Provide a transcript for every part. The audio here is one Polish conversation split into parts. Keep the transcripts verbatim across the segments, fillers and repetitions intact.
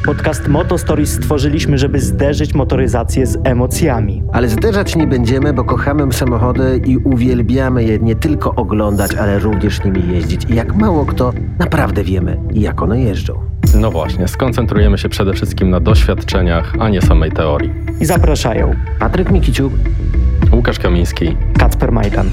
Podcast Moto Stories stworzyliśmy, żeby zderzyć motoryzację z emocjami. Ale zderzać nie będziemy, bo kochamy samochody i uwielbiamy je nie tylko oglądać, ale również nimi jeździć. I jak mało kto, naprawdę wiemy, jak one jeżdżą. No właśnie, skoncentrujemy się przede wszystkim na doświadczeniach, a nie samej teorii. I zapraszają Patryk Mikiciuk, Łukasz Kamiński, Kacper Majdan.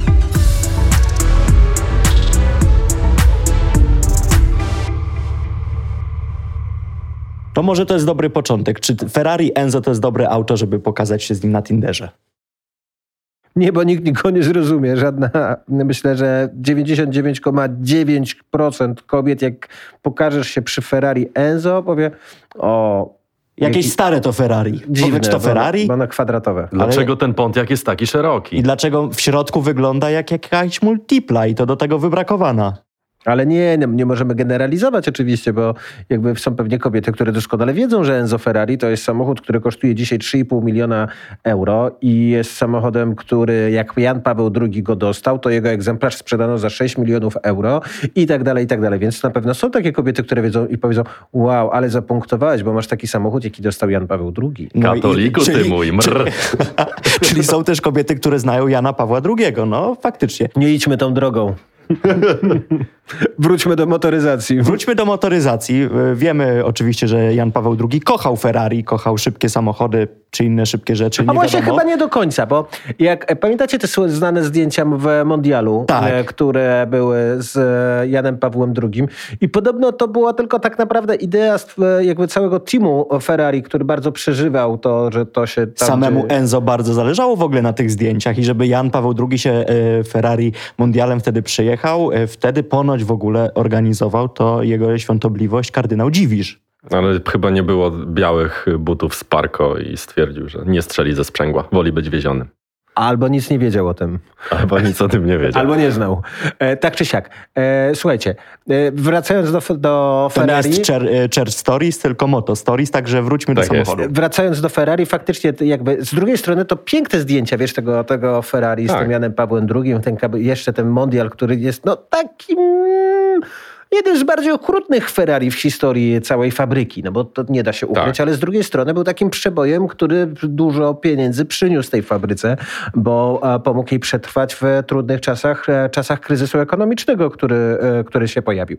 To może to jest dobry początek. Czy Ferrari Enzo to jest dobre auto, żeby pokazać się z nim na Tinderze? Nie, bo nikt nikogo nie zrozumie. Żadna, myślę, że dziewięćdziesiąt dziewięć przecinek dziewięć procent kobiet, jak pokażesz się przy Ferrari Enzo, powie o... Jakieś jaki... stare to Ferrari. Dziwne, Powiedz, to Ferrari? Bo, bo na kwadratowe. Dlaczego Ale... ten Pontiac jest taki szeroki? I dlaczego w środku wygląda jak jakaś multipla i to do tego wybrakowana? Ale nie, nie, nie możemy generalizować oczywiście, bo jakby są pewnie kobiety, które doskonale wiedzą, że Enzo Ferrari to jest samochód, który kosztuje dzisiaj trzy i pół miliona euro i jest samochodem, który jak Jan Paweł drugi go dostał, to jego egzemplarz sprzedano za sześć milionów euro i tak dalej, i tak dalej. Więc na pewno są takie kobiety, które wiedzą i powiedzą, wow, ale zapunktowałeś, bo masz taki samochód, jaki dostał Jan Paweł drugi. No Katoliku i, ty czyli, mój, mrr. Czyli, czyli są też kobiety, które znają Jana Pawła drugiego. No faktycznie. Nie idźmy tą drogą. Wróćmy do motoryzacji. Wróćmy do motoryzacji. Wiemy oczywiście, że Jan Paweł drugi kochał Ferrari, kochał szybkie samochody czy inne szybkie rzeczy. A nie właśnie wiadomo. chyba nie do końca, bo jak pamiętacie te znane zdjęcia w Mondialu, Tak. e, które były z Janem Pawłem drugim i podobno to była tylko tak naprawdę idea jakby całego teamu Ferrari, który bardzo przeżywał to, że to się tam Samemu dzieje. Enzo bardzo zależało w ogóle na tych zdjęciach i żeby Jan Paweł drugi się e, Ferrari Mondialem wtedy przyjechał, e, wtedy ponoć w ogóle organizował to jego świątobliwość kardynał Dziwisz. Ale chyba nie było białych butów z Parco i stwierdził, że nie strzeli ze sprzęgła. Woli być wiezionym. Albo nic nie wiedział o tym. Albo nic o tym nie wiedział. Albo nie znał. E, tak czy siak. E, słuchajcie, e, wracając do, do To Ferrari... nie jest Church, Church Stories, tylko Moto Stories, także wróćmy Tak do jest. samochodu. Wracając do Ferrari, faktycznie jakby z drugiej strony to piękne zdjęcia, wiesz, tego, tego Ferrari z Tak. tym Janem Pawłem drugim, ten, jeszcze ten Mondial, który jest no takim... Jeden z bardziej okrutnych Ferrari w historii całej fabryki, no bo to nie da się ukryć, Tak. ale z drugiej strony był takim przebojem, który dużo pieniędzy przyniósł tej fabryce, bo pomógł jej przetrwać w trudnych czasach, czasach kryzysu ekonomicznego, który, który się pojawił.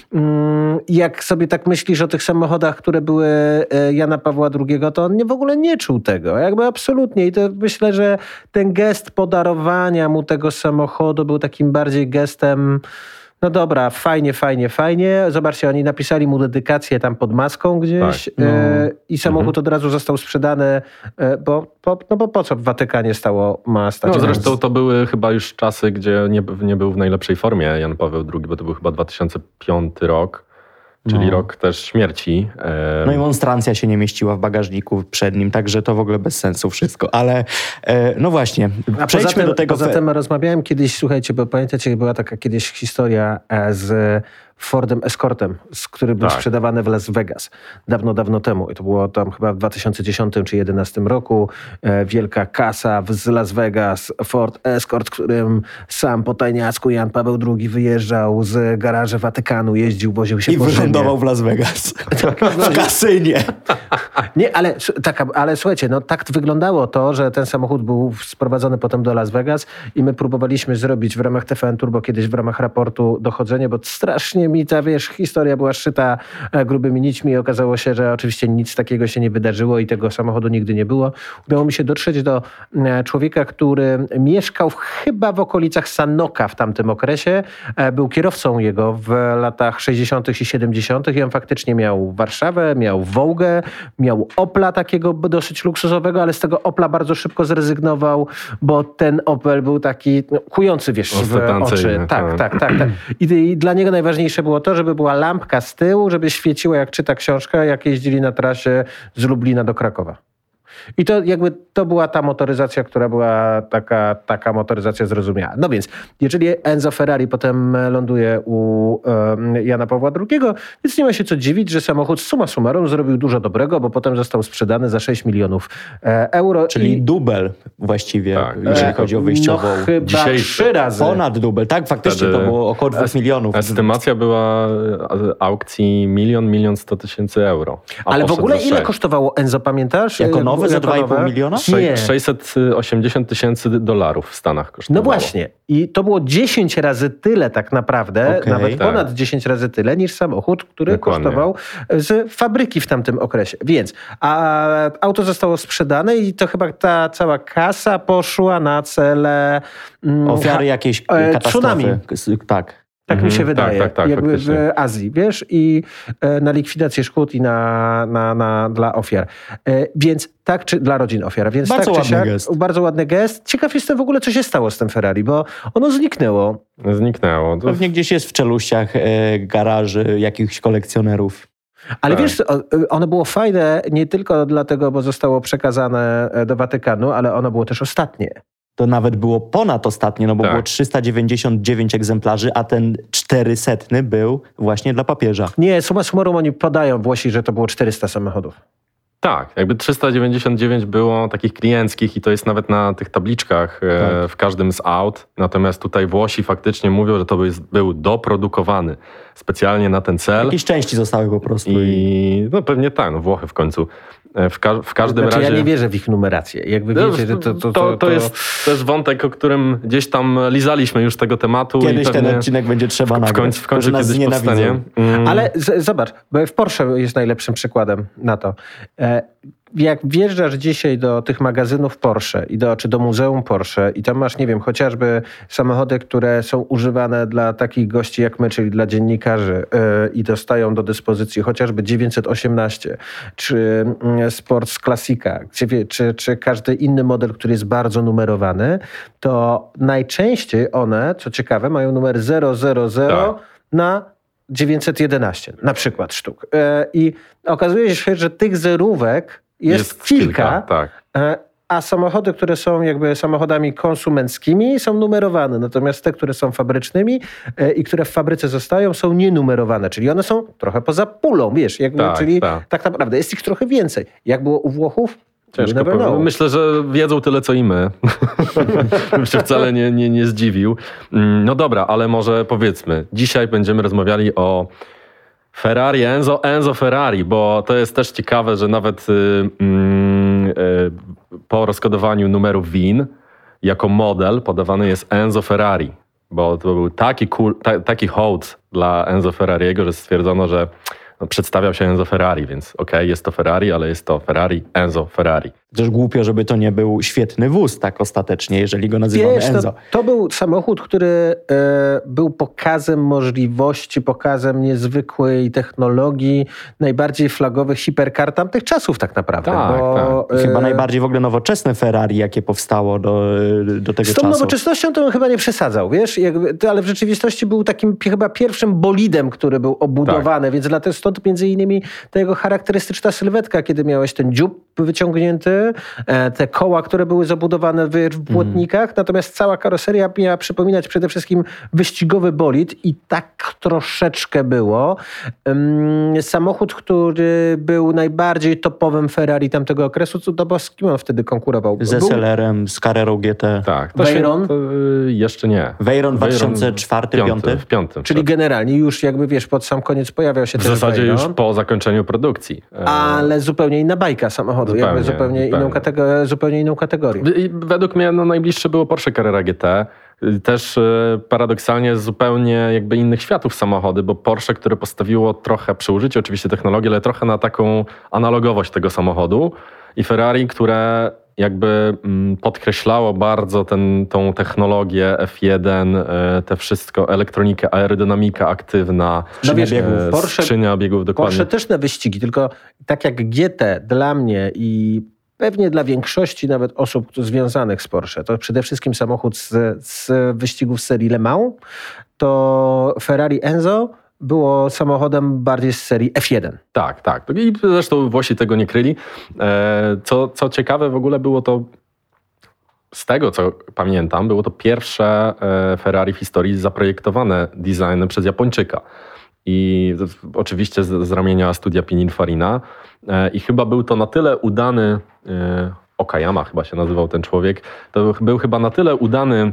Jak sobie tak myślisz o tych samochodach, które były Jana Pawła drugiego, to on nie, w ogóle nie czuł tego, jakby absolutnie. I to myślę, że ten gest podarowania mu tego samochodu był takim bardziej gestem... No dobra, fajnie, fajnie, fajnie. Zobaczcie, oni napisali mu dedykację tam pod maską gdzieś Tak, no. e, i samochód od razu został sprzedany, e, bo, po, no bo po co w Watykanie stało ma stać? No zresztą to były chyba już czasy, gdzie nie, nie był w najlepszej formie Jan Paweł drugi, bo to był chyba dwa tysiące piąty rok, czyli No. rok też śmierci. No i monstrancja się nie mieściła w bagażniku przed nim, także to w ogóle bez sensu wszystko. Ale e, no właśnie, A przejdźmy poza tym, do tego... Poza tym rozmawiałem kiedyś, słuchajcie, bo pamiętacie, była taka kiedyś historia z Fordem Escortem, z który był Tak. sprzedawany w Las Vegas dawno, dawno temu. I to było tam chyba w dwa tysiące dziesiątym czy dwa tysiące jedenastym roku. E, wielka kasa w, z Las Vegas, Ford Escort, którym sam po tajniacku Jan Paweł drugi wyjeżdżał z garaży Watykanu, jeździł, woził się I po wylądował Rzymie. w Las Vegas. W kasynie. Nie, ale, tak, ale słuchajcie, no tak wyglądało to, że ten samochód był sprowadzony potem do Las Vegas i my próbowaliśmy zrobić w ramach T V N Turbo kiedyś w ramach raportu dochodzenie, bo strasznie mi ta, wiesz, historia była szyta grubymi nićmi i okazało się, że oczywiście nic takiego się nie wydarzyło i tego samochodu nigdy nie było. Udało mi się dotrzeć do człowieka, który mieszkał w, chyba w okolicach Sanoka w tamtym okresie. Był kierowcą jego w latach sześćdziesiątych i siedemdziesiątych i on faktycznie miał Warszawę, miał Wołgę, miał Opla takiego dosyć luksusowego, ale z tego Opla bardzo szybko zrezygnował, bo ten Opel był taki no, kujący, wiesz, w oczy. Tak, tak, tak, tak. I, I dla niego najważniejsze było to, żeby była lampka z tyłu, żeby świeciła jak czyta książkę, jak jeździli na trasie z Lublina do Krakowa. I to jakby to była ta motoryzacja, która była taka, taka motoryzacja zrozumiała. No więc, jeżeli Enzo Ferrari potem ląduje u e, Jana Pawła drugiego, więc nie ma się co dziwić, że samochód summa summarum zrobił dużo dobrego, bo potem został sprzedany za sześć milionów euro. Czyli i... dubel właściwie, tak, jeżeli chodzi o wyjściową. No chyba Dzisiejszy. trzy razy. Ponad dubel, tak? Faktycznie Wtedy to było około dwóch milionów. Estymacja była aukcji milion, milion sto tysięcy euro. Ale w ogóle ile kosztowało Enzo, pamiętasz? Jako nowe za dwa i pół miliona? Nie. sześćset osiemdziesiąt tysięcy dolarów w Stanach kosztowało. No właśnie. I to było dziesięć razy tyle tak naprawdę, Okay. nawet Tak. ponad dziesięć razy tyle niż samochód, który Dokładnie. kosztował z fabryki w tamtym okresie. Więc a auto zostało sprzedane i to chyba ta cała kasa poszła na cele mm, Ofiary jakiejś e, katastrofy. tsunami. Tak. Tak Mhm, mi się wydaje, tak, tak, tak, jakby faktycznie. w Azji, wiesz, i e, na likwidację szkód i na, na, na, dla ofiar. E, więc tak, czy dla rodzin ofiar. Więc Bardzo tak, czy ładny siak, gest. Bardzo ładny gest. Ciekaw jestem w ogóle, co się stało z tym Ferrari, bo ono zniknęło. Zniknęło. To Pewnie gdzieś jest w czeluściach e, garaży jakichś kolekcjonerów. Ale Tak. wiesz, o- ono było fajne nie tylko dlatego, bo zostało przekazane do Watykanu, ale ono było też ostatnie. To nawet było ponad ostatnie, no bo Tak. było trzysta dziewięćdziesiąt dziewięć egzemplarzy, a ten czterysetny był właśnie dla papieża. Nie, summa summarum oni podają Włosi, że to było czterysta samochodów. Tak, jakby trzysta dziewięćdziesiąt dziewięć było takich klienckich i to jest nawet na tych tabliczkach e, Tak. w każdym z aut. Natomiast tutaj Włosi faktycznie mówią, że to jest, był doprodukowany specjalnie na ten cel. Jakieś części zostały po prostu. I... I no pewnie tak, no Włochy w końcu. E, W, ka- w każdym Znaczy, razie... ja nie wierzę w ich numerację. Jakby No, wiecie, że to... To, to, to jest też wątek, o którym gdzieś tam lizaliśmy już tego tematu. Kiedyś i pewnie ten odcinek będzie trzeba w nagrać. końcu, w końcu To, że nas kiedyś znienawidzą. powstanie. Mm. Ale z, zobacz, bo w Porsche jest najlepszym przykładem na to. E, jak wjeżdżasz dzisiaj do tych magazynów Porsche i do, czy do Muzeum Porsche i tam masz, nie wiem, chociażby samochody, które są używane dla takich gości jak my, czyli dla dziennikarzy e, i dostają do dyspozycji chociażby dziewięćset osiemnaście, czy mm, Sports Classica, czy, wie- czy, czy każdy inny model, który jest bardzo numerowany, to najczęściej one, co ciekawe, mają numer zero zero zero Tak. na dziewięćset jedenaście na przykład sztuk. E, I okazuje się, że tych zerówek jest, kilka, Tak. e, a samochody, które są jakby samochodami konsumenckimi, są numerowane. Natomiast te, które są fabrycznymi e, i które w fabryce zostają, są nienumerowane. Czyli one są trochę poza pulą, wiesz, jakby, Tak, czyli tak. tak naprawdę jest ich trochę więcej. Jak było u Włochów? Ciężko You never powiedzieć. know. Myślę, że wiedzą tyle, co i my. Bym się wcale nie, nie, nie zdziwił. Mm, No dobra, ale może powiedzmy, dzisiaj będziemy rozmawiali o Ferrari, Enzo, Enzo Ferrari, bo to jest też ciekawe, że nawet y, mm, y, po rozkodowaniu numerów W I N jako model podawany jest Enzo Ferrari, bo to był taki, cool, ta, taki hołd dla Enzo Ferrariego, że stwierdzono, że no, przedstawiał się Enzo Ferrari, więc okej, okay, jest to Ferrari, ale jest to Ferrari, Enzo Ferrari. Też głupio, żeby to nie był świetny wóz tak ostatecznie, jeżeli go nazywamy Wiesz, Enzo. to, to był samochód, który e, był pokazem możliwości, pokazem niezwykłej technologii, najbardziej flagowych hipercar tamtych czasów tak naprawdę. Tak, bo, tak. Chyba e, najbardziej w ogóle nowoczesne Ferrari, jakie powstało do, do tego Z tą czasu. nowoczesnością to bym chyba nie przesadzał, wiesz, Jakby, to, ale w rzeczywistości był takim pi- chyba pierwszym bolidem, który był obudowany, więc dlatego stąd między innymi ta jego charakterystyczna sylwetka, kiedy miałeś ten dziób wyciągnięty, e, te koła, które były zabudowane w, w błotnikach, natomiast cała karoseria miała przypominać przede wszystkim wyścigowy bolid i tak troszeczkę było. Ym, samochód, który był najbardziej topowym Ferrari tamtego okresu, co to bo z kim on wtedy konkurował? Z Był- S L R-em, z Carrerą G T. Tak. To Veyron? Się, to, y, jeszcze nie. Veyron dwa tysiące czwarty, piąty, piąty? W piątym. Czyli wszedł. generalnie już jakby wiesz, pod sam koniec pojawiał się w też zasadzie Veyron, już po zakończeniu produkcji. E, ale zupełnie inna bajka samochodu, Zupełnie, jakby zupełnie, zupełnie. Inną kategorię, zupełnie inną kategorię. I według mnie no, najbliższe było Porsche Carrera G T. Też e, paradoksalnie z zupełnie jakby innych światów samochody, bo Porsche, które postawiło trochę przy użyciu oczywiście technologii, ale trochę na taką analogowość tego samochodu i Ferrari, które jakby mm, podkreślało bardzo ten, tą technologię F jeden, e, te wszystko, elektronikę, aerodynamika aktywna, No wiesz, biegów. e, Porsche- skrzynia biegów, dokładnie. Porsche też na wyścigi, tylko tak jak G T dla mnie i pewnie dla większości nawet osób związanych z Porsche, to przede wszystkim samochód z, z wyścigów serii Le Mans, to Ferrari Enzo było samochodem bardziej z serii F jeden. Tak, tak. I zresztą Włosi tego nie kryli. Co, co ciekawe w ogóle było to, z tego co pamiętam, było to pierwsze Ferrari w historii zaprojektowane designem przez Japończyka. I oczywiście z, z ramienia studia Pininfarina. I chyba był to na tyle udany, Okayama chyba się nazywał ten człowiek, to był chyba na tyle udany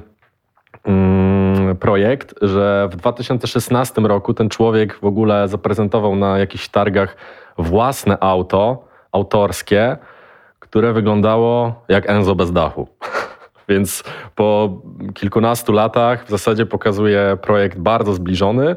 mm, projekt, że w dwa tysiące szesnastym roku ten człowiek w ogóle zaprezentował na jakichś targach własne auto autorskie, które wyglądało jak Enzo bez dachu. Więc po kilkunastu latach w zasadzie pokazuje projekt bardzo zbliżony.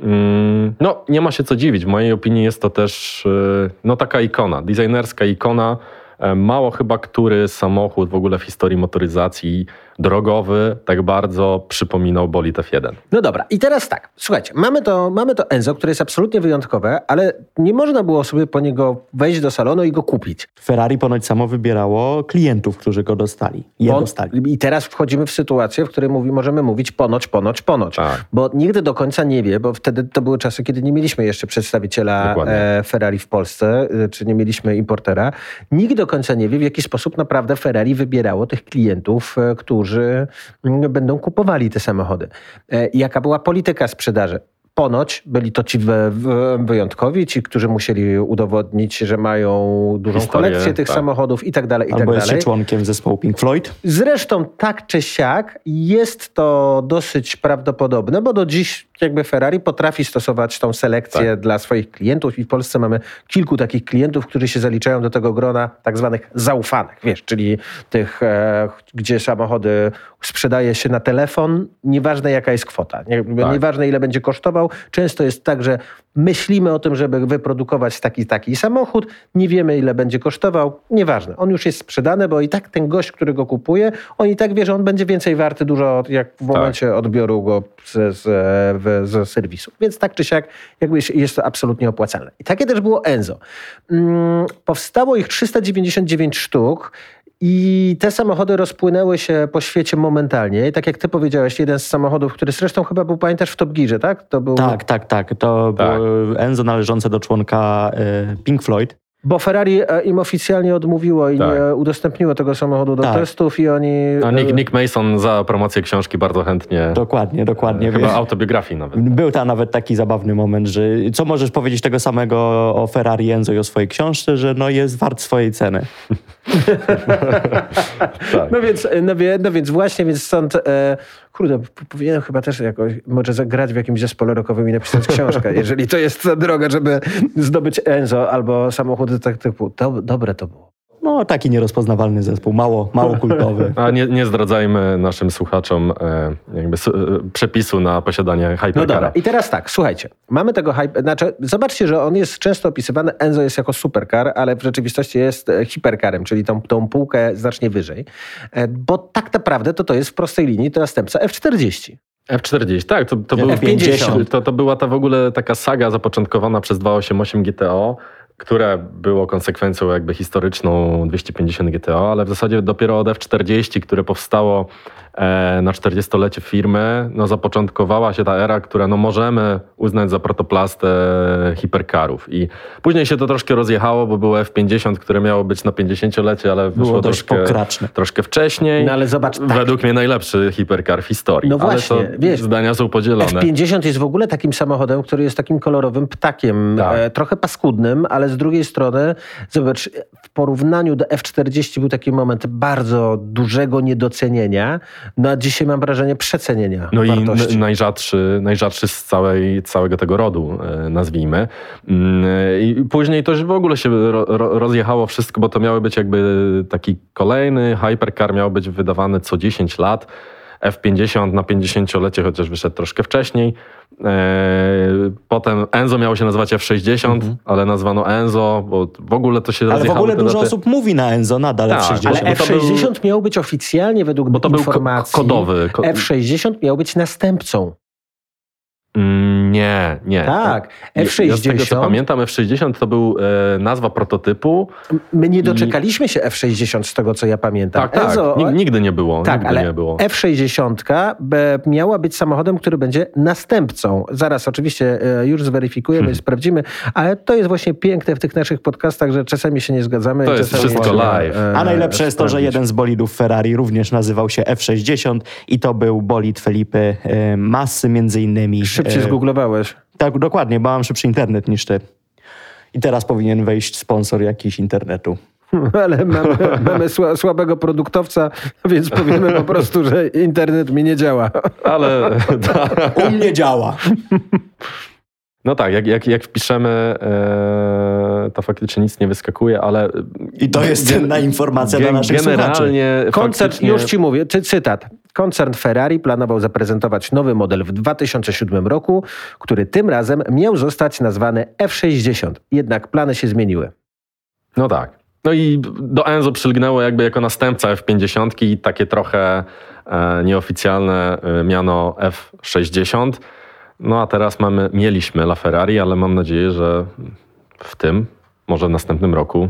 No, nie ma się co dziwić. W mojej opinii jest to też no, taka ikona, designerska ikona. Mało chyba który samochód w ogóle w historii motoryzacji drogowy tak bardzo przypominał bolid F jeden. No dobra, i teraz tak, słuchajcie, mamy to, mamy to Enzo, które jest absolutnie wyjątkowe, ale nie można było sobie po niego wejść do salonu i go kupić. Ferrari ponoć samo wybierało klientów, którzy go dostali. Je Bo, dostali. I teraz wchodzimy w sytuację, w której mówi, możemy mówić ponoć, ponoć, ponoć. Tak. Bo nigdy do końca nie wie, bo wtedy to były czasy, kiedy nie mieliśmy jeszcze przedstawiciela e, Ferrari w Polsce, e, czy nie mieliśmy importera. Nikt do końca nie wie, w jaki sposób naprawdę Ferrari wybierało tych klientów, e, którzy którzy będą kupowali te samochody. Jaka była polityka sprzedaży? Ponoć byli to ci wyjątkowi, ci, którzy musieli udowodnić, że mają dużą Historię, kolekcję tych tak. samochodów i tak dalej, i Albo tak jest dalej. członkiem zespołu Pink Floyd. Zresztą tak czy siak jest to dosyć prawdopodobne, bo do dziś jakby Ferrari potrafi stosować tą selekcję tak. dla swoich klientów i w Polsce mamy kilku takich klientów, którzy się zaliczają do tego grona tak zwanych zaufanych, wiesz, czyli tych, e, gdzie samochody sprzedaje się na telefon, nieważne jaka jest kwota, nie, tak. nieważne ile będzie kosztował. Często jest tak, że myślimy o tym, żeby wyprodukować taki taki samochód, nie wiemy ile będzie kosztował, nieważne. On już jest sprzedany, bo i tak ten gość, który go kupuje, on i tak wie, że on będzie więcej warty dużo, jak w momencie tak. odbioru go z, z, z serwisu. Więc tak czy siak jakby jest to absolutnie opłacalne. I takie też było Enzo. Hmm, powstało ich trzysta dziewięćdziesiąt dziewięć sztuk. I te samochody rozpłynęły się po świecie momentalnie. I tak jak ty powiedziałeś, jeden z samochodów, który zresztą chyba był, pamiętasz, w Top Gearze, tak? To był... Tak, tak, tak. To tak. było Enzo należące do członka y, Pink Floyd. Bo Ferrari im oficjalnie odmówiło i tak. nie udostępniło tego samochodu do tak. testów i oni... A Nick, Nick Mason za promocję książki bardzo chętnie... Dokładnie, dokładnie. Chyba autobiografii nawet. Był tam nawet taki zabawny moment, że co możesz powiedzieć tego samego o Ferrari Enzo i o swojej książce, że no jest wart swojej ceny. tak. no, więc, no, wie, no więc właśnie, więc stąd... E, kurde, powinienem chyba też jakoś może zagrać w jakimś zespole rockowym i napisać książkę, jeżeli to jest ta droga, żeby zdobyć Enzo albo samochody tak typu. To, dobre to było. No, taki nierozpoznawalny zespół, mało, mało kultowy. A nie, nie zdradzajmy naszym słuchaczom e, jakby su, e, przepisu na posiadanie hypercara. No dobra, i teraz tak, słuchajcie, mamy tego hyper... Znaczy, zobaczcie, że on jest często opisywany, Enzo jest jako supercar, ale w rzeczywistości jest hipercarem, czyli tą, tą półkę znacznie wyżej, e, bo tak naprawdę to to jest w prostej linii to następca F czterdzieści. F czterdzieści, tak, to, to, był, F pięćdziesiąt. to, to była ta w ogóle taka saga zapoczątkowana przez dwieście osiemdziesiąt osiem G T O, które było konsekwencją jakby historyczną dwieście pięćdziesiąt G T O, ale w zasadzie dopiero od F czterdzieści, które powstało e, na czterdziestolecie firmy, no zapoczątkowała się ta era, która no możemy uznać za protoplastę hipercarów. I później się to troszkę rozjechało, bo było F pięćdziesiąt, które miało być na pięćdziesięciolecie, ale wyszło było dość troszkę, pokraczne. troszkę wcześniej. No ale zobacz, tak. Według mnie najlepszy hipercar w historii. No właśnie, ale to wiesz, zdania są podzielone. F pięćdziesiąt jest w ogóle takim samochodem, który jest takim kolorowym ptakiem, tak. e, trochę paskudnym, ale z drugiej strony, zobacz, w porównaniu do F czterdzieści był taki moment bardzo dużego niedocenienia, no a dzisiaj mam wrażenie przecenienia No wartości. i n- najrzadszy, najrzadszy z całej, całego tego rodu, e, nazwijmy. I później to już w ogóle się ro, ro, rozjechało wszystko, bo to miały być jakby taki kolejny hypercar, miał być wydawany co dziesięć lat. F pięćdziesiąt na pięćdziesięciolecie, chociaż wyszedł troszkę wcześniej. Potem Enzo miało się nazywać F sześćdziesiąt, mhm. ale nazwano Enzo, bo w ogóle to się ale rozjechało. Ale w ogóle dużo daty. osób mówi na Enzo nadal tak, F sześćdziesiąt. Ale F sześćdziesiąt był, miał być oficjalnie według bo to informacji. Był kodowy. F sześćdziesiąt miał być następcą. Mm, nie, nie. Tak, Ja- F sześćdziesiąt. Ja z tego co pamiętam, F sześćdziesiąt to był e, nazwa prototypu. My nie I- doczekaliśmy się F sześćdziesiąt z tego, co ja pamiętam. Tak, tak. Enzo, Nig- nigdy nie było. tak, nigdy ale nie było. F sześćdziesiąt be- miała być samochodem, który będzie następcą. Zaraz oczywiście e, już zweryfikujemy, Hmm. sprawdzimy, ale to jest właśnie piękne w tych naszych podcastach, że czasami się nie zgadzamy. To i jest czasami wszystko trzeba, live. e, A najlepsze jest to, że sprawdzić. jeden z bolidów Ferrari również nazywał się F sześćdziesiąt i to był bolid Felipe e, Massy między innymi. Szybciej E, zgooglowałeś. Tak, dokładnie, bo mam szybszy internet niż ty. I teraz powinien wejść sponsor jakiś internetu. Ale mamy, mamy sła- słabego produktowca, więc powiemy po prostu, że internet mi nie działa. Ale U mnie działa. no tak, jak, jak, jak wpiszemy, e, to faktycznie nic nie wyskakuje, ale... I to jest cenna informacja dla naszych słuchaczy. Generalnie Koncern, faktycznie- już ci mówię, cy, cytat. Koncern Ferrari planował zaprezentować nowy model w dwa tysiące siódmym roku, który tym razem miał zostać nazwany F sześćdziesiąt. Jednak plany się zmieniły. No tak. No i do Enzo przylgnęło jakby jako następca F pięćdziesiąt i takie trochę e, nieoficjalne e, miano F sześćdziesiąt. No a teraz mamy, mieliśmy LaFerrari, ale mam nadzieję, że w tym, może w następnym roku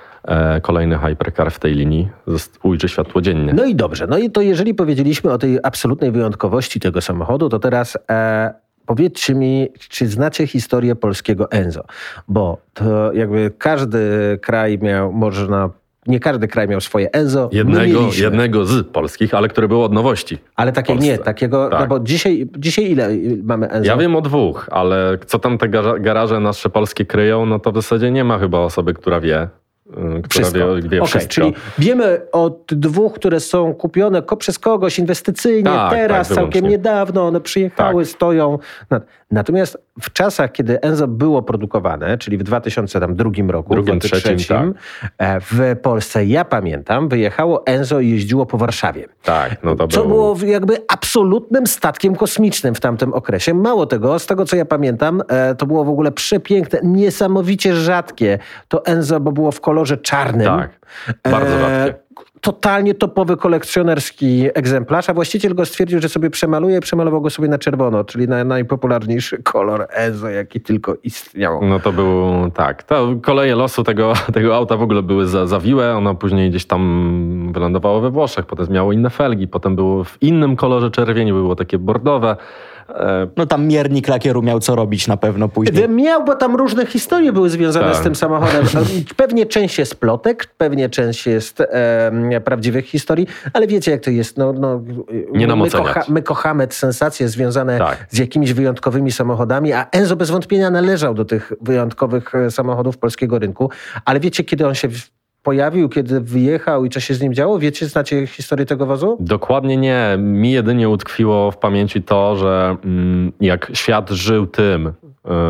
e, kolejny hypercar w tej linii zost- ujrzy światło dzienne. No i dobrze. No i to jeżeli powiedzieliśmy o tej absolutnej wyjątkowości tego samochodu, to teraz e, powiedzcie mi, czy znacie historię polskiego Enzo? Bo to jakby każdy kraj miał, można... Nie każdy kraj miał swoje Enzo. My Jednego, mieliśmy. jednego z polskich, ale które było od nowości. Ale takie Polsce. nie, takiego, Tak. no bo dzisiaj, dzisiaj ile mamy Enzo? Ja wiem o dwóch, ale co tam te gara- garaże nasze polskie kryją, no to w zasadzie nie ma chyba osoby, która wie, y, która Wszystko. wie, wie Okej, wszystko. czyli wiemy o t- dwóch, które są kupione ko- przez kogoś inwestycyjnie, Tak, teraz, tak, całkiem wyłącznie. niedawno, one przyjechały, Tak. stoją. Na- Natomiast w czasach, kiedy Enzo było produkowane, czyli w dwa tysiące drugim roku, Drugim, w dwa tysiące trzecim, trzecim, e, w Polsce, ja pamiętam, wyjechało Enzo i jeździło po Warszawie. Tak, no to Co był... było jakby absolutnym statkiem kosmicznym w tamtym okresie. Mało tego, z tego co ja pamiętam, e, to było w ogóle przepiękne, niesamowicie rzadkie. To Enzo, bo było w kolorze czarnym. Tak, bardzo rzadkie. Totalnie topowy kolekcjonerski egzemplarz, a właściciel go stwierdził, że sobie przemaluje i przemalował go sobie na czerwono, czyli na najpopularniejszy kolor Enzo, jaki tylko istniał. No to był, tak, to koleje losu tego, tego auta w ogóle były za, zawiłe, ono później gdzieś tam wylądowało we Włoszech, potem miało inne felgi, potem było w innym kolorze czerwieni, było takie bordowe. E, No tam miernik lakieru miał co robić na pewno później. Miał, bo tam różne historie były związane Tak. z tym samochodem. Pewnie część jest plotek, pewnie część jest e, prawdziwych historii, ale wiecie jak to jest. No, no, Nie nam my, oceniać. my kochamy sensacje związane Tak. z jakimiś wyjątkowymi samochodami, a Enzo bez wątpienia należał do tych wyjątkowych e, samochodów polskiego rynku. Ale wiecie kiedy on się w- pojawił, kiedy wyjechał i co się z nim działo? Wiecie, znacie historię tego wozu? Dokładnie nie. Mi jedynie utkwiło w pamięci to, że mm, jak świat żył tym, y,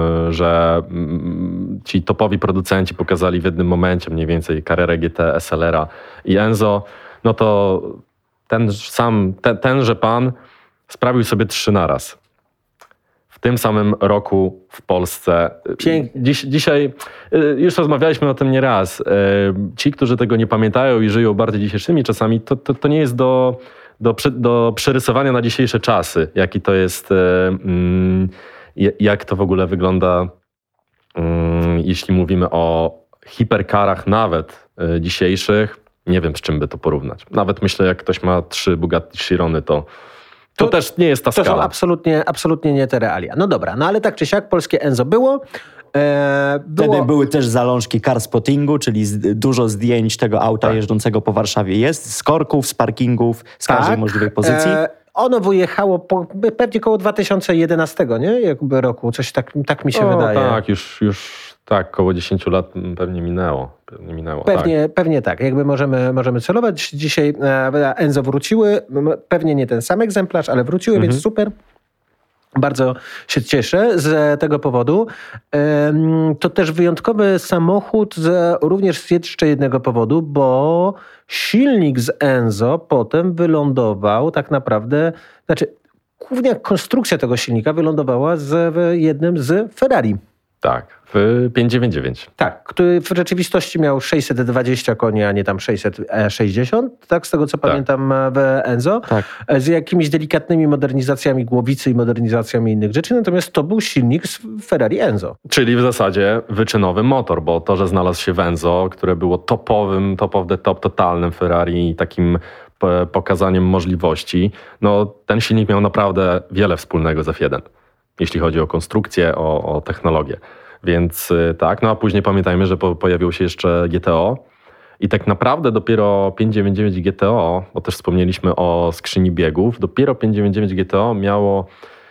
że mm, ci topowi producenci pokazali w jednym momencie mniej więcej Carrera G T, S L R-a i Enzo, no to ten sam, ten, tenże pan sprawił sobie trzy naraz. W tym samym roku w Polsce. Pięknie. Dziś, dzisiaj y, już rozmawialiśmy o tym nieraz. Y, Ci, którzy tego nie pamiętają i żyją bardziej dzisiejszymi czasami, to, to, to nie jest do, do, przy- do przerysowania na dzisiejsze czasy, jaki to jest, y, mm, je- jak to w ogóle wygląda, mm, jeśli mówimy o hiperkarach nawet y, dzisiejszych. Nie wiem, z czym by to porównać. Nawet myślę, jak ktoś ma trzy Bugatti Chirony, to to, To- też nie jest ta To są skala. absolutnie, absolutnie nie te realia. No dobra, no ale tak czy siak polskie Enzo było. E, było... Wtedy były też zalążki car spottingu, czyli z, dużo zdjęć tego auta Tak. jeżdżącego po Warszawie jest, z korków, z parkingów, z każdej możliwej pozycji. E, ono wyjechało po, pewnie koło dwa tysiące jedenastego, nie? Jakby roku, coś tak, tak mi się o, wydaje. Tak, już, już tak, około dziesięć lat pewnie minęło. Pewnie minęło, Pewnie, pewnie tak. Jakby możemy, możemy celować. Dzisiaj e, Enzo wróciły. M- Pewnie nie ten sam egzemplarz, ale wróciły, Mhm. więc super. Bardzo się cieszę z tego powodu. Em, To też wyjątkowy samochód z, również z jeszcze jednego powodu, bo silnik z Enzo potem wylądował tak naprawdę, znaczy głównie konstrukcja tego silnika wylądowała z, w jednym z Ferrari. Tak, w pięćset dziewięćdziesiąt dziewięć. Tak, który w rzeczywistości miał sześćset dwadzieścia koni, a nie tam sześćset sześćdziesiąt, tak, z tego co tak. pamiętam w Enzo, Tak. z jakimiś delikatnymi modernizacjami głowicy i modernizacjami innych rzeczy, natomiast to był silnik z Ferrari Enzo. Czyli w zasadzie wyczynowy motor, bo to, że znalazł się w Enzo, które było topowym, top of the top, totalnym Ferrari i takim pokazaniem możliwości, no ten silnik miał naprawdę wiele wspólnego z F jeden, jeśli chodzi o konstrukcję, o, o technologię. Więc tak, no a później pamiętajmy, że po, pojawiło się jeszcze G T O i tak naprawdę dopiero pięćset dziewięćdziesiąt dziewięć G T O, bo też wspomnieliśmy o skrzyni biegów, dopiero pięćset dziewięćdziesiąt dziewięć G T O miało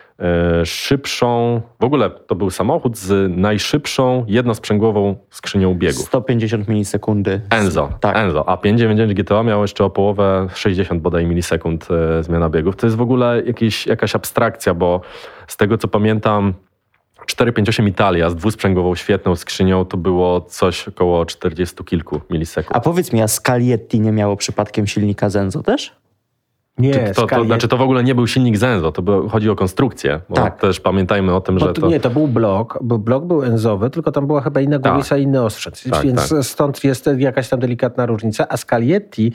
e, szybszą, w ogóle to był samochód z najszybszą jednosprzęgłową skrzynią biegów. sto pięćdziesiąt milisekundy. Enzo, Tak. Enzo, a pięćset dziewięćdziesiąt dziewięć G T O miało jeszcze o połowę sześćdziesiąt bodaj milisekund e, zmiana biegów. To jest w ogóle jakiś, jakaś abstrakcja, bo z tego co pamiętam czterysta pięćdziesiąt osiem Italia z dwusprzęgłową świetną skrzynią to było coś około czterdziestu kilku milisekund. A powiedz mi, a Scaglietti nie miało przypadkiem silnika z Enzo też? Nie, to, to, to, znaczy to w ogóle nie był silnik z Enzo, to było, chodzi o konstrukcję. Bo Tak. też pamiętajmy o tym, Bo że to, to... Nie, to był blok, bo blok był enzowy, tylko tam była chyba inna głowica Tak. i inny ostrzec. Tak, Więc tak. stąd jest jakaś tam delikatna różnica. A Scaglietti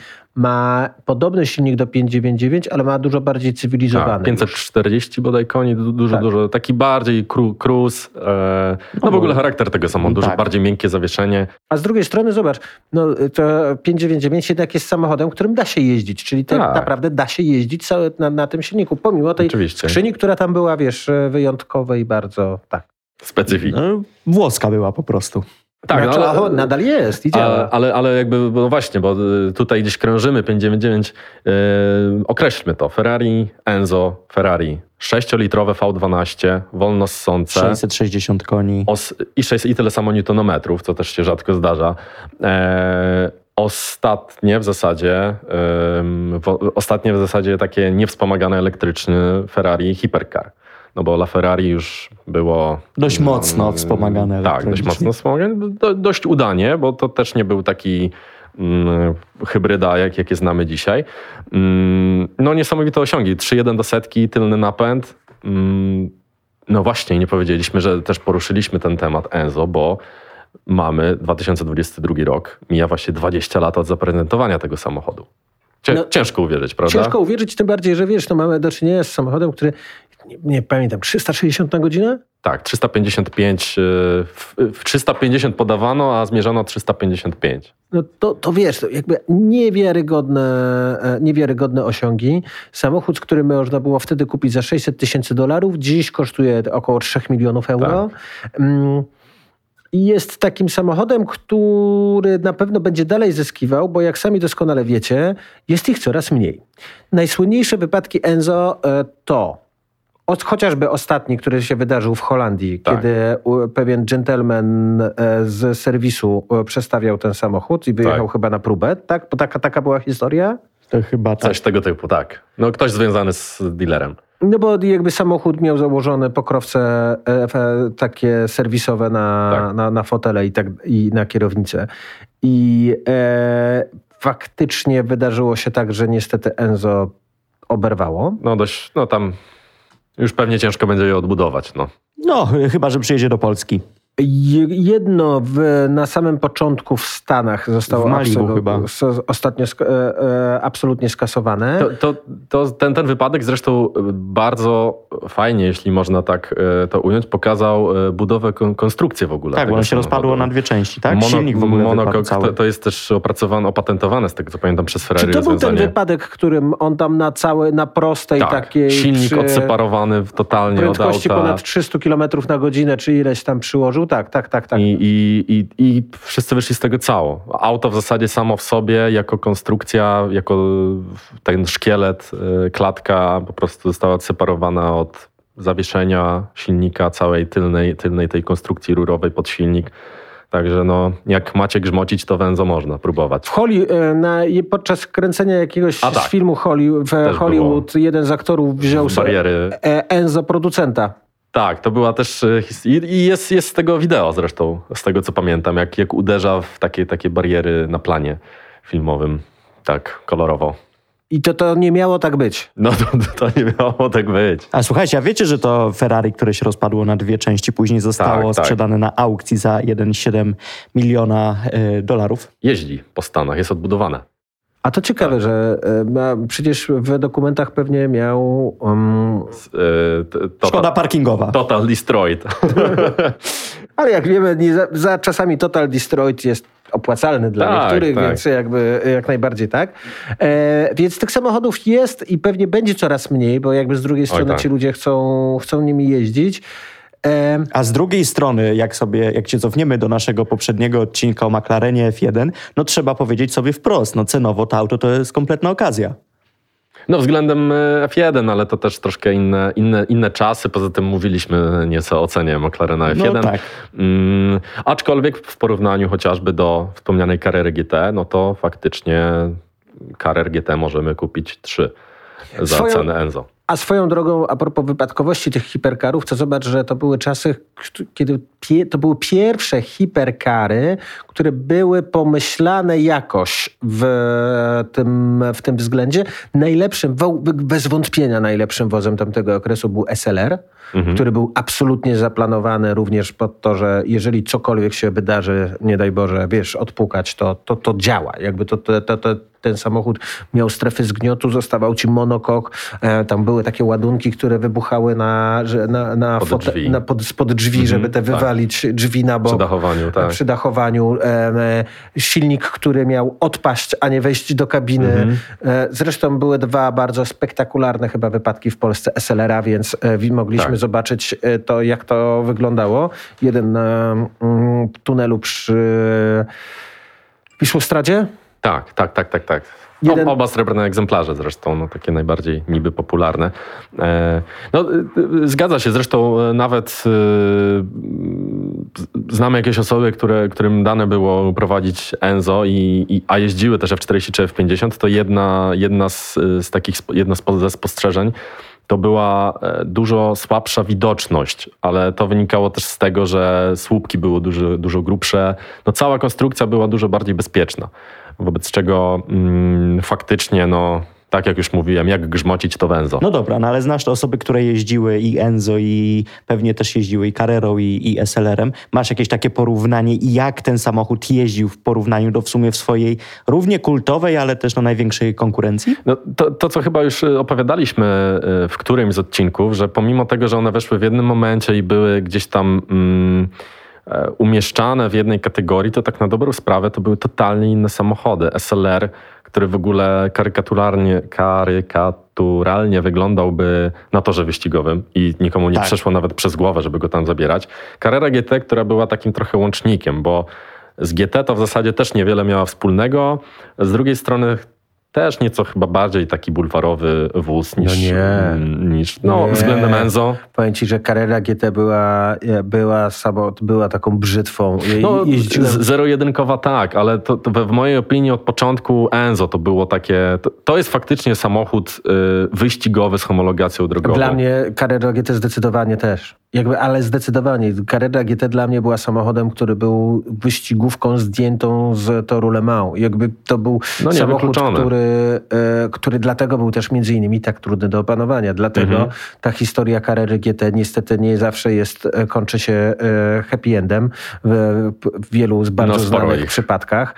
ma podobny silnik do pięćset dziewięćdziesiąt dziewięć, ale ma dużo bardziej cywilizowany. Tak, pięćset czterdzieści bodaj koni, du- dużo, Tak. dużo, taki bardziej cru, cruise. E, no, No w ogóle bo- charakter tego samochodu, dużo tak. bardziej miękkie zawieszenie. A z drugiej strony zobacz, no, to pięćset dziewięćdziesiąt dziewięć jednak jest samochodem, którym da się jeździć, czyli tak Tak. naprawdę da się jeździć całe, na, na tym silniku, pomimo tej Oczywiście. skrzyni, która tam była, wiesz, wyjątkowa i bardzo, tak. Specyfik. No, włoska była po prostu. Tak, znaczy, no, ale- ale, nadal jest i działa. Ale, ale, ale jakby, no właśnie, bo y, tutaj gdzieś krążymy pięćset dziewięćdziesiąt dziewięć, yy, określmy to. Ferrari, Enzo, Ferrari. sześciolitrowe V dwanaście, wolno ssące. sześćset sześćdziesiąt koni. Os, i, sześć, I tyle samo newtonometrów, co też się rzadko zdarza. E, ostatnie w zasadzie, ym, w, ostatnie w zasadzie takie niewspomagane elektryczny Ferrari Hypercar. No bo dla Ferrari już było... Dość mocno mm, wspomagane Tak, dość elektronicznie. mocno wspomagane. Do, dość udanie, bo to też nie był taki mm, hybryda, jak, jakie znamy dzisiaj. Mm, no niesamowite osiągi. trzy jeden do setki, tylny napęd. Mm, no właśnie, nie powiedzieliśmy, że też poruszyliśmy ten temat Enzo, bo mamy dwa tysiące dwudziesty drugi rok. Mija właśnie dwadzieścia lat od zaprezentowania tego samochodu. Cię, No, ciężko uwierzyć, prawda? Ciężko uwierzyć, tym bardziej, że wiesz, no mamy do czynienia z samochodem, który, nie, nie pamiętam, trzysta sześćdziesiąt na godzinę? Tak, trzysta pięćdziesiąt pięć, w, w trzysta pięćdziesiąt podawano, a zmierzano trzysta pięćdziesiąt pięć. No to, to wiesz, to jakby niewiarygodne, e, niewiarygodne osiągi. Samochód, który można było wtedy kupić za sześćset tysięcy dolarów, dziś kosztuje około trzy milionów euro. Mm, I jest takim samochodem, który na pewno będzie dalej zyskiwał, bo jak sami doskonale wiecie, jest ich coraz mniej. Najsłynniejsze wypadki Enzo e, to Od, chociażby ostatni, który się wydarzył w Holandii, Tak. kiedy u, pewien dżentelmen e, z serwisu e, przestawiał ten samochód i wyjechał Tak. chyba na próbę, tak? Bo taka, taka była historia? To chyba tak. Coś tego typu, tak. No ktoś związany z dealerem. No bo jakby samochód miał założone pokrowce e, e, takie serwisowe na, Tak. na, na fotele i, tak, i na kierownicę. I e, faktycznie wydarzyło się tak, że niestety Enzo oberwało. No dość, no tam już pewnie ciężko będzie je odbudować, no. No, chyba, że przyjedzie do Polski. Je- Jedno w, na samym początku w Stanach zostało W Malibu absolu- chyba. s- ostatnio sk- e, e, absolutnie skasowane. To, to, to ten, ten wypadek zresztą bardzo fajnie, jeśli można tak e, to ująć, pokazał e, budowę, kon, konstrukcję w ogóle. Tak, bo tego ono się samochodu. rozpadło na dwie części, tak? Mono, Silnik w ogóle wypadł monocoque, cały. to, to jest też opracowane, opatentowane z tego, co pamiętam, przez Ferrari Czy to był ten rozwiązanie. wypadek, którym on tam na całej, na prostej Tak, takiej silnik przy odseparowany w- totalnie od prędkości auta. ponad trzysta kilometrów na godzinę, czy ileś tam przyłożył? Tak, tak, tak, tak. I, i, i, I wszyscy wyszli z tego cało. Auto w zasadzie samo w sobie, jako konstrukcja, jako ten szkielet, y, klatka po prostu została odseparowana od zawieszenia silnika, całej tylnej, tylnej tej konstrukcji rurowej pod silnik. Także no, jak macie grzmocić, to węzo można próbować. W Holly, e, na, podczas kręcenia jakiegoś A tak. z filmu Holly, w Też Hollywood jeden z aktorów wziął sobie Bariery. e, Enzo producenta. Tak, to była też y, his- i i jest, jest z tego wideo zresztą, z tego co pamiętam, jak, jak uderza w takie, takie bariery na planie filmowym, tak kolorowo. I to, to nie miało tak być. No to, to nie miało tak być. A słuchajcie, a wiecie, że to Ferrari, które się rozpadło na dwie części, później zostało tak, sprzedane tak. na aukcji za jeden przecinek siedem miliona y, dolarów? Jeździ po Stanach, jest odbudowane. A to ciekawe, tak. że y, ma, przecież w dokumentach pewnie miał... Um... Y, total, Szkoda parkingowa. Total Destroyed. Ale jak wiemy, nie za, za czasami Total Destroyed jest opłacalny dla tak, niektórych, tak. więc jakby jak najbardziej tak. E, więc tych samochodów jest i pewnie będzie coraz mniej, bo jakby z drugiej strony Oj, tak. ci ludzie chcą, chcą nimi jeździć. E... A z drugiej strony, jak sobie, jak się cofniemy do naszego poprzedniego odcinka o McLarenie F jeden, no trzeba powiedzieć sobie wprost, no cenowo to auto to jest kompletna okazja. No względem F jeden, ale to też troszkę inne, inne, inne czasy. Poza tym mówiliśmy nieco o cenie McLarena F jeden. No tak. Mm, aczkolwiek w porównaniu chociażby do wspomnianej Carrery G T, no to faktycznie Carrera G T możemy kupić trzy za Swoją... cenę Enzo. A swoją drogą, a propos wypadkowości tych hiperkarów, to zobacz, że to były czasy, kiedy pie, to były pierwsze hiperkary, które były pomyślane jakoś w tym, w tym względzie. Najlepszym, bez wątpienia najlepszym wozem tamtego okresu był S L R, mhm. który był absolutnie zaplanowany również pod to, że jeżeli cokolwiek się wydarzy, nie daj Boże, wiesz, odpukać, to, to, to działa. Jakby to, to, to, to ten samochód miał strefy zgniotu, zostawał ci monokok, e, tam były takie ładunki, które wybuchały na, na, na, pod fote, drzwi, na pod, spod drzwi, mm-hmm, żeby te wywalić tak. drzwi na bok. Przy dachowaniu, tak. Przy dachowaniu. E, silnik, który miał odpaść, a nie wejść do kabiny. Mm-hmm. E, zresztą były dwa bardzo spektakularne chyba wypadki w Polsce S L R-a, więc e, mogliśmy tak. zobaczyć to, jak to wyglądało. Jeden na mm, tunelu przy Wisłostradzie. Tak, tak, tak, tak, tak. Jeden... Oba srebrne egzemplarze zresztą, no, takie najbardziej niby popularne. E, no, zgadza się, zresztą nawet e, znamy jakieś osoby, które, którym dane było prowadzić Enzo, i, i, a jeździły też F czterdzieści czy F pięćdziesiąt, to jedna, jedna z, z takich, jedna ze spostrzeżeń to była dużo słabsza widoczność, ale to wynikało też z tego, że słupki były dużo, dużo grubsze. No, cała konstrukcja była dużo bardziej bezpieczna. Wobec czego mm, faktycznie, no tak jak już mówiłem, jak grzmocić to w Enzo. No dobra, no ale znasz te osoby, które jeździły i Enzo, i pewnie też jeździły i Carrerą, i, i S L R-em. Masz jakieś takie porównanie, jak ten samochód jeździł w porównaniu do w sumie w swojej równie kultowej, ale też no największej konkurencji? No, to, to, co chyba już opowiadaliśmy w którymś z odcinków, że pomimo tego, że one weszły w jednym momencie i były gdzieś tam... Mm, umieszczane w jednej kategorii, to tak na dobrą sprawę to były totalnie inne samochody. S L R, który w ogóle karykaturalnie, karykaturalnie wyglądałby na torze wyścigowym i nikomu nie tak. przeszło nawet przez głowę, żeby go tam zabierać. Carrera G T, która była takim trochę łącznikiem, bo z G T to w zasadzie też niewiele miała wspólnego. Z drugiej strony też nieco chyba bardziej taki bulwarowy wóz niż, no nie. niż no, nie. względem Enzo. Powiem ci, że Carrera G T była, była, samo, była taką brzytwą. Je, no, jeździłem... Zero-jedynkowa tak, ale to, to w mojej opinii od początku Enzo to było takie... To, to jest faktycznie samochód y, wyścigowy z homologacją drogową. Dla mnie Carrera G T zdecydowanie też. Jakby, ale zdecydowanie. Carrera G T dla mnie była samochodem, który był wyścigówką zdjętą z toru Le Mans. Jakby to był no samochód, który, e, który dlatego był też między innymi tak trudny do opanowania. Dlatego mhm. ta historia Carrery G T niestety nie zawsze jest, kończy się e, happy endem w, w wielu z bardzo no, znanych ich. przypadkach,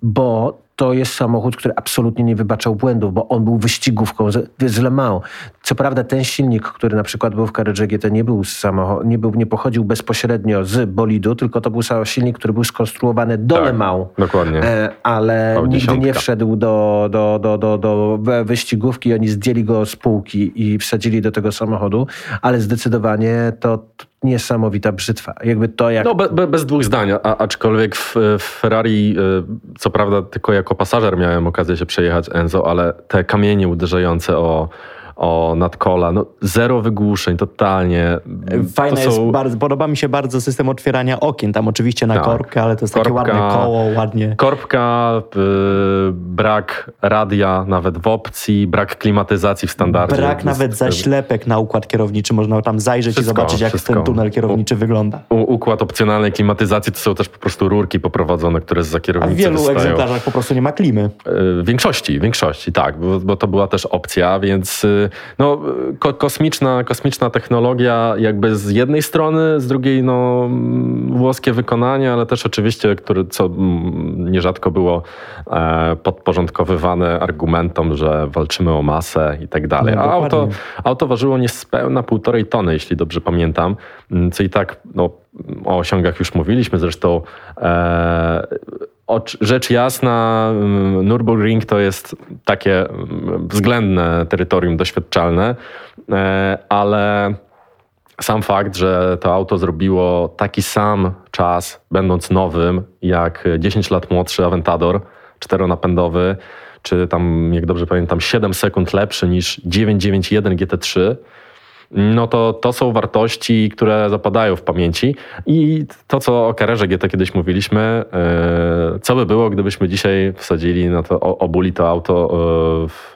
bo to jest samochód, który absolutnie nie wybaczał błędów, bo on był wyścigówką z, z Le Mans. Co prawda ten silnik, który na przykład był w Carrerze G T, nie był, samochod, nie, był nie pochodził bezpośrednio z bolidu, tylko to był silnik, który był skonstruowany do tak, Le Mans. Dokładnie. E, ale nigdy nie wszedł do, do, do, do, do wyścigówki. Oni zdjęli go z półki i wsadzili do tego samochodu, ale zdecydowanie to niesamowita brzytwa. Jakby to jak... No be, be, bez dwóch zdań, a, aczkolwiek w, w Ferrari, co prawda tylko jako pasażer miałem okazję się przejechać Enzo, ale te kamienie uderzające o, o nadkola. No, zero wygłuszeń, totalnie. Fajne to są... jest, bardzo, podoba mi się bardzo system otwierania okien. Tam oczywiście na tak. korbkę, ale to jest Korbka, takie ładne koło, ładnie. Korbka, yy, brak radia nawet w opcji, brak klimatyzacji w standardzie. Brak nawet zaślepek na układ kierowniczy. Można tam zajrzeć wszystko, i zobaczyć, jak wszystko. ten tunel kierowniczy U, wygląda. U, układ opcjonalnej klimatyzacji to są też po prostu rurki poprowadzone, które za kierownicy A w wielu wystają. egzemplarzach po prostu nie ma klimy. W większości, w większości, tak, bo, bo to była też opcja, więc no, ko- kosmiczna, kosmiczna technologia jakby z jednej strony, z drugiej no, włoskie wykonanie, ale też oczywiście, które, co nierzadko było e, podporządkowywane argumentom, że walczymy o masę i tak dalej. No, A auto, dokładnie. auto ważyło niespełna półtorej tony, jeśli dobrze pamiętam, co i tak no, o osiągach już mówiliśmy, zresztą e, rzecz jasna, Nürburgring to jest takie względne terytorium doświadczalne, ale sam fakt, że to auto zrobiło taki sam czas, będąc nowym, jak dziesięć lat młodszy Aventador czteronapędowy, czy tam, jak dobrze pamiętam, siedem sekund lepszy niż dziewięćset dziewięćdziesiąt jeden G T trzy, no to to są wartości, które zapadają w pamięci. I to, co o Carrerze G T kiedyś mówiliśmy, yy, co by było, gdybyśmy dzisiaj wsadzili na to, obuli to auto yy, w,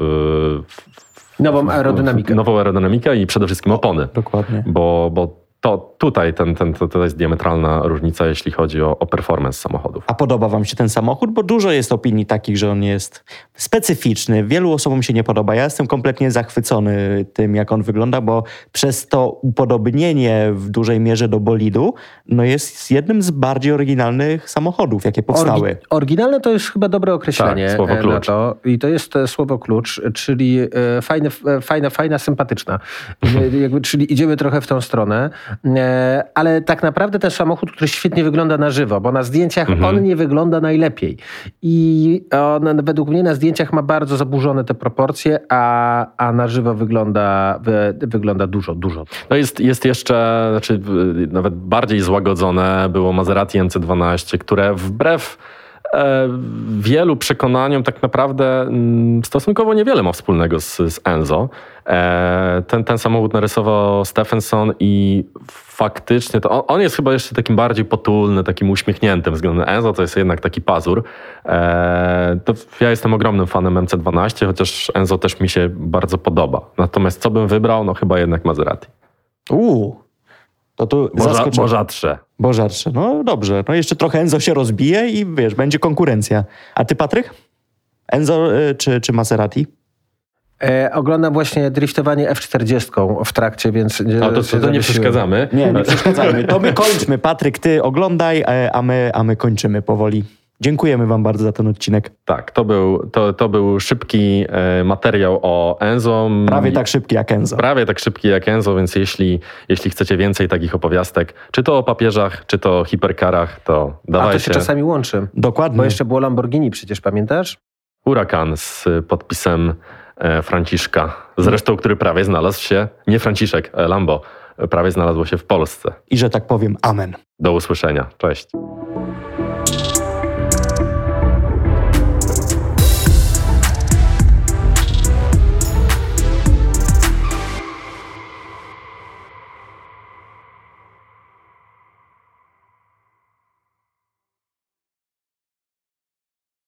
w nową aerodynamikę. W, nową aerodynamikę i przede wszystkim opony. Dokładnie. Bo, bo to tutaj ten, ten, to, to jest diametralna różnica, jeśli chodzi o, o performance samochodów. A podoba wam się ten samochód? Bo dużo jest opinii takich, że on jest specyficzny. Wielu osobom się nie podoba. Ja jestem kompletnie zachwycony tym, jak on wygląda, bo przez to upodobnienie w dużej mierze do bolidu, no jest jednym z bardziej oryginalnych samochodów, jakie powstały. Orgi- oryginalne to jest chyba dobre określenie tak, słowo klucz. na to. I to jest słowo klucz, czyli e, fajne, e, fajna, fajna, sympatyczna. E, jakby, czyli idziemy trochę w tą stronę. E, ale tak naprawdę ten samochód, który świetnie wygląda na żywo, bo na zdjęciach mhm. on nie wygląda najlepiej. I on według mnie na zdjęciach ma bardzo zaburzone te proporcje, a, a na żywo wygląda, wy, wygląda dużo, dużo. No jest, jest jeszcze, znaczy nawet bardziej złagodzone było Maserati M C dwanaście, które wbrew e, wielu przekonaniom tak naprawdę m, stosunkowo niewiele ma wspólnego z, z Enzo. E, ten, ten samochód narysował Stephenson i faktycznie to on, on jest chyba jeszcze takim bardziej potulny, takim uśmiechniętym względem Enzo, to jest jednak taki pazur. E, to ja jestem ogromnym fanem M C dwanaście, chociaż Enzo też mi się bardzo podoba. Natomiast co bym wybrał? No chyba jednak Maserati. Uuu, to tu zaskoczę. Bo rzadsze. Bo rzadsze. No dobrze, no jeszcze trochę Enzo się rozbije i wiesz, będzie konkurencja. A ty, Patryk? Enzo y, czy, czy Maserati? E, oglądam właśnie driftowanie F czterdzieści w trakcie, więc... No to, to, to nie przeszkadzamy. Nie, nie przeszkadzajmy. To my kończmy. Patryk, ty oglądaj, a my, a my kończymy powoli. Dziękujemy wam bardzo za ten odcinek. Tak, to był, to, to był szybki e, materiał o Enzo. Prawie tak szybki jak Enzo. Prawie tak szybki jak Enzo, więc jeśli, jeśli chcecie więcej takich opowiastek, czy to o papieżach, czy to o hiperkarach, to dawajcie. A to się czasami łączy. Dokładnie. Bo jeszcze było Lamborghini przecież, pamiętasz? Huracan z podpisem e, Franciszka. Zresztą, który prawie znalazł się, nie Franciszek, e, Lambo, prawie znalazło się w Polsce. I że tak powiem, amen. Do usłyszenia. Cześć.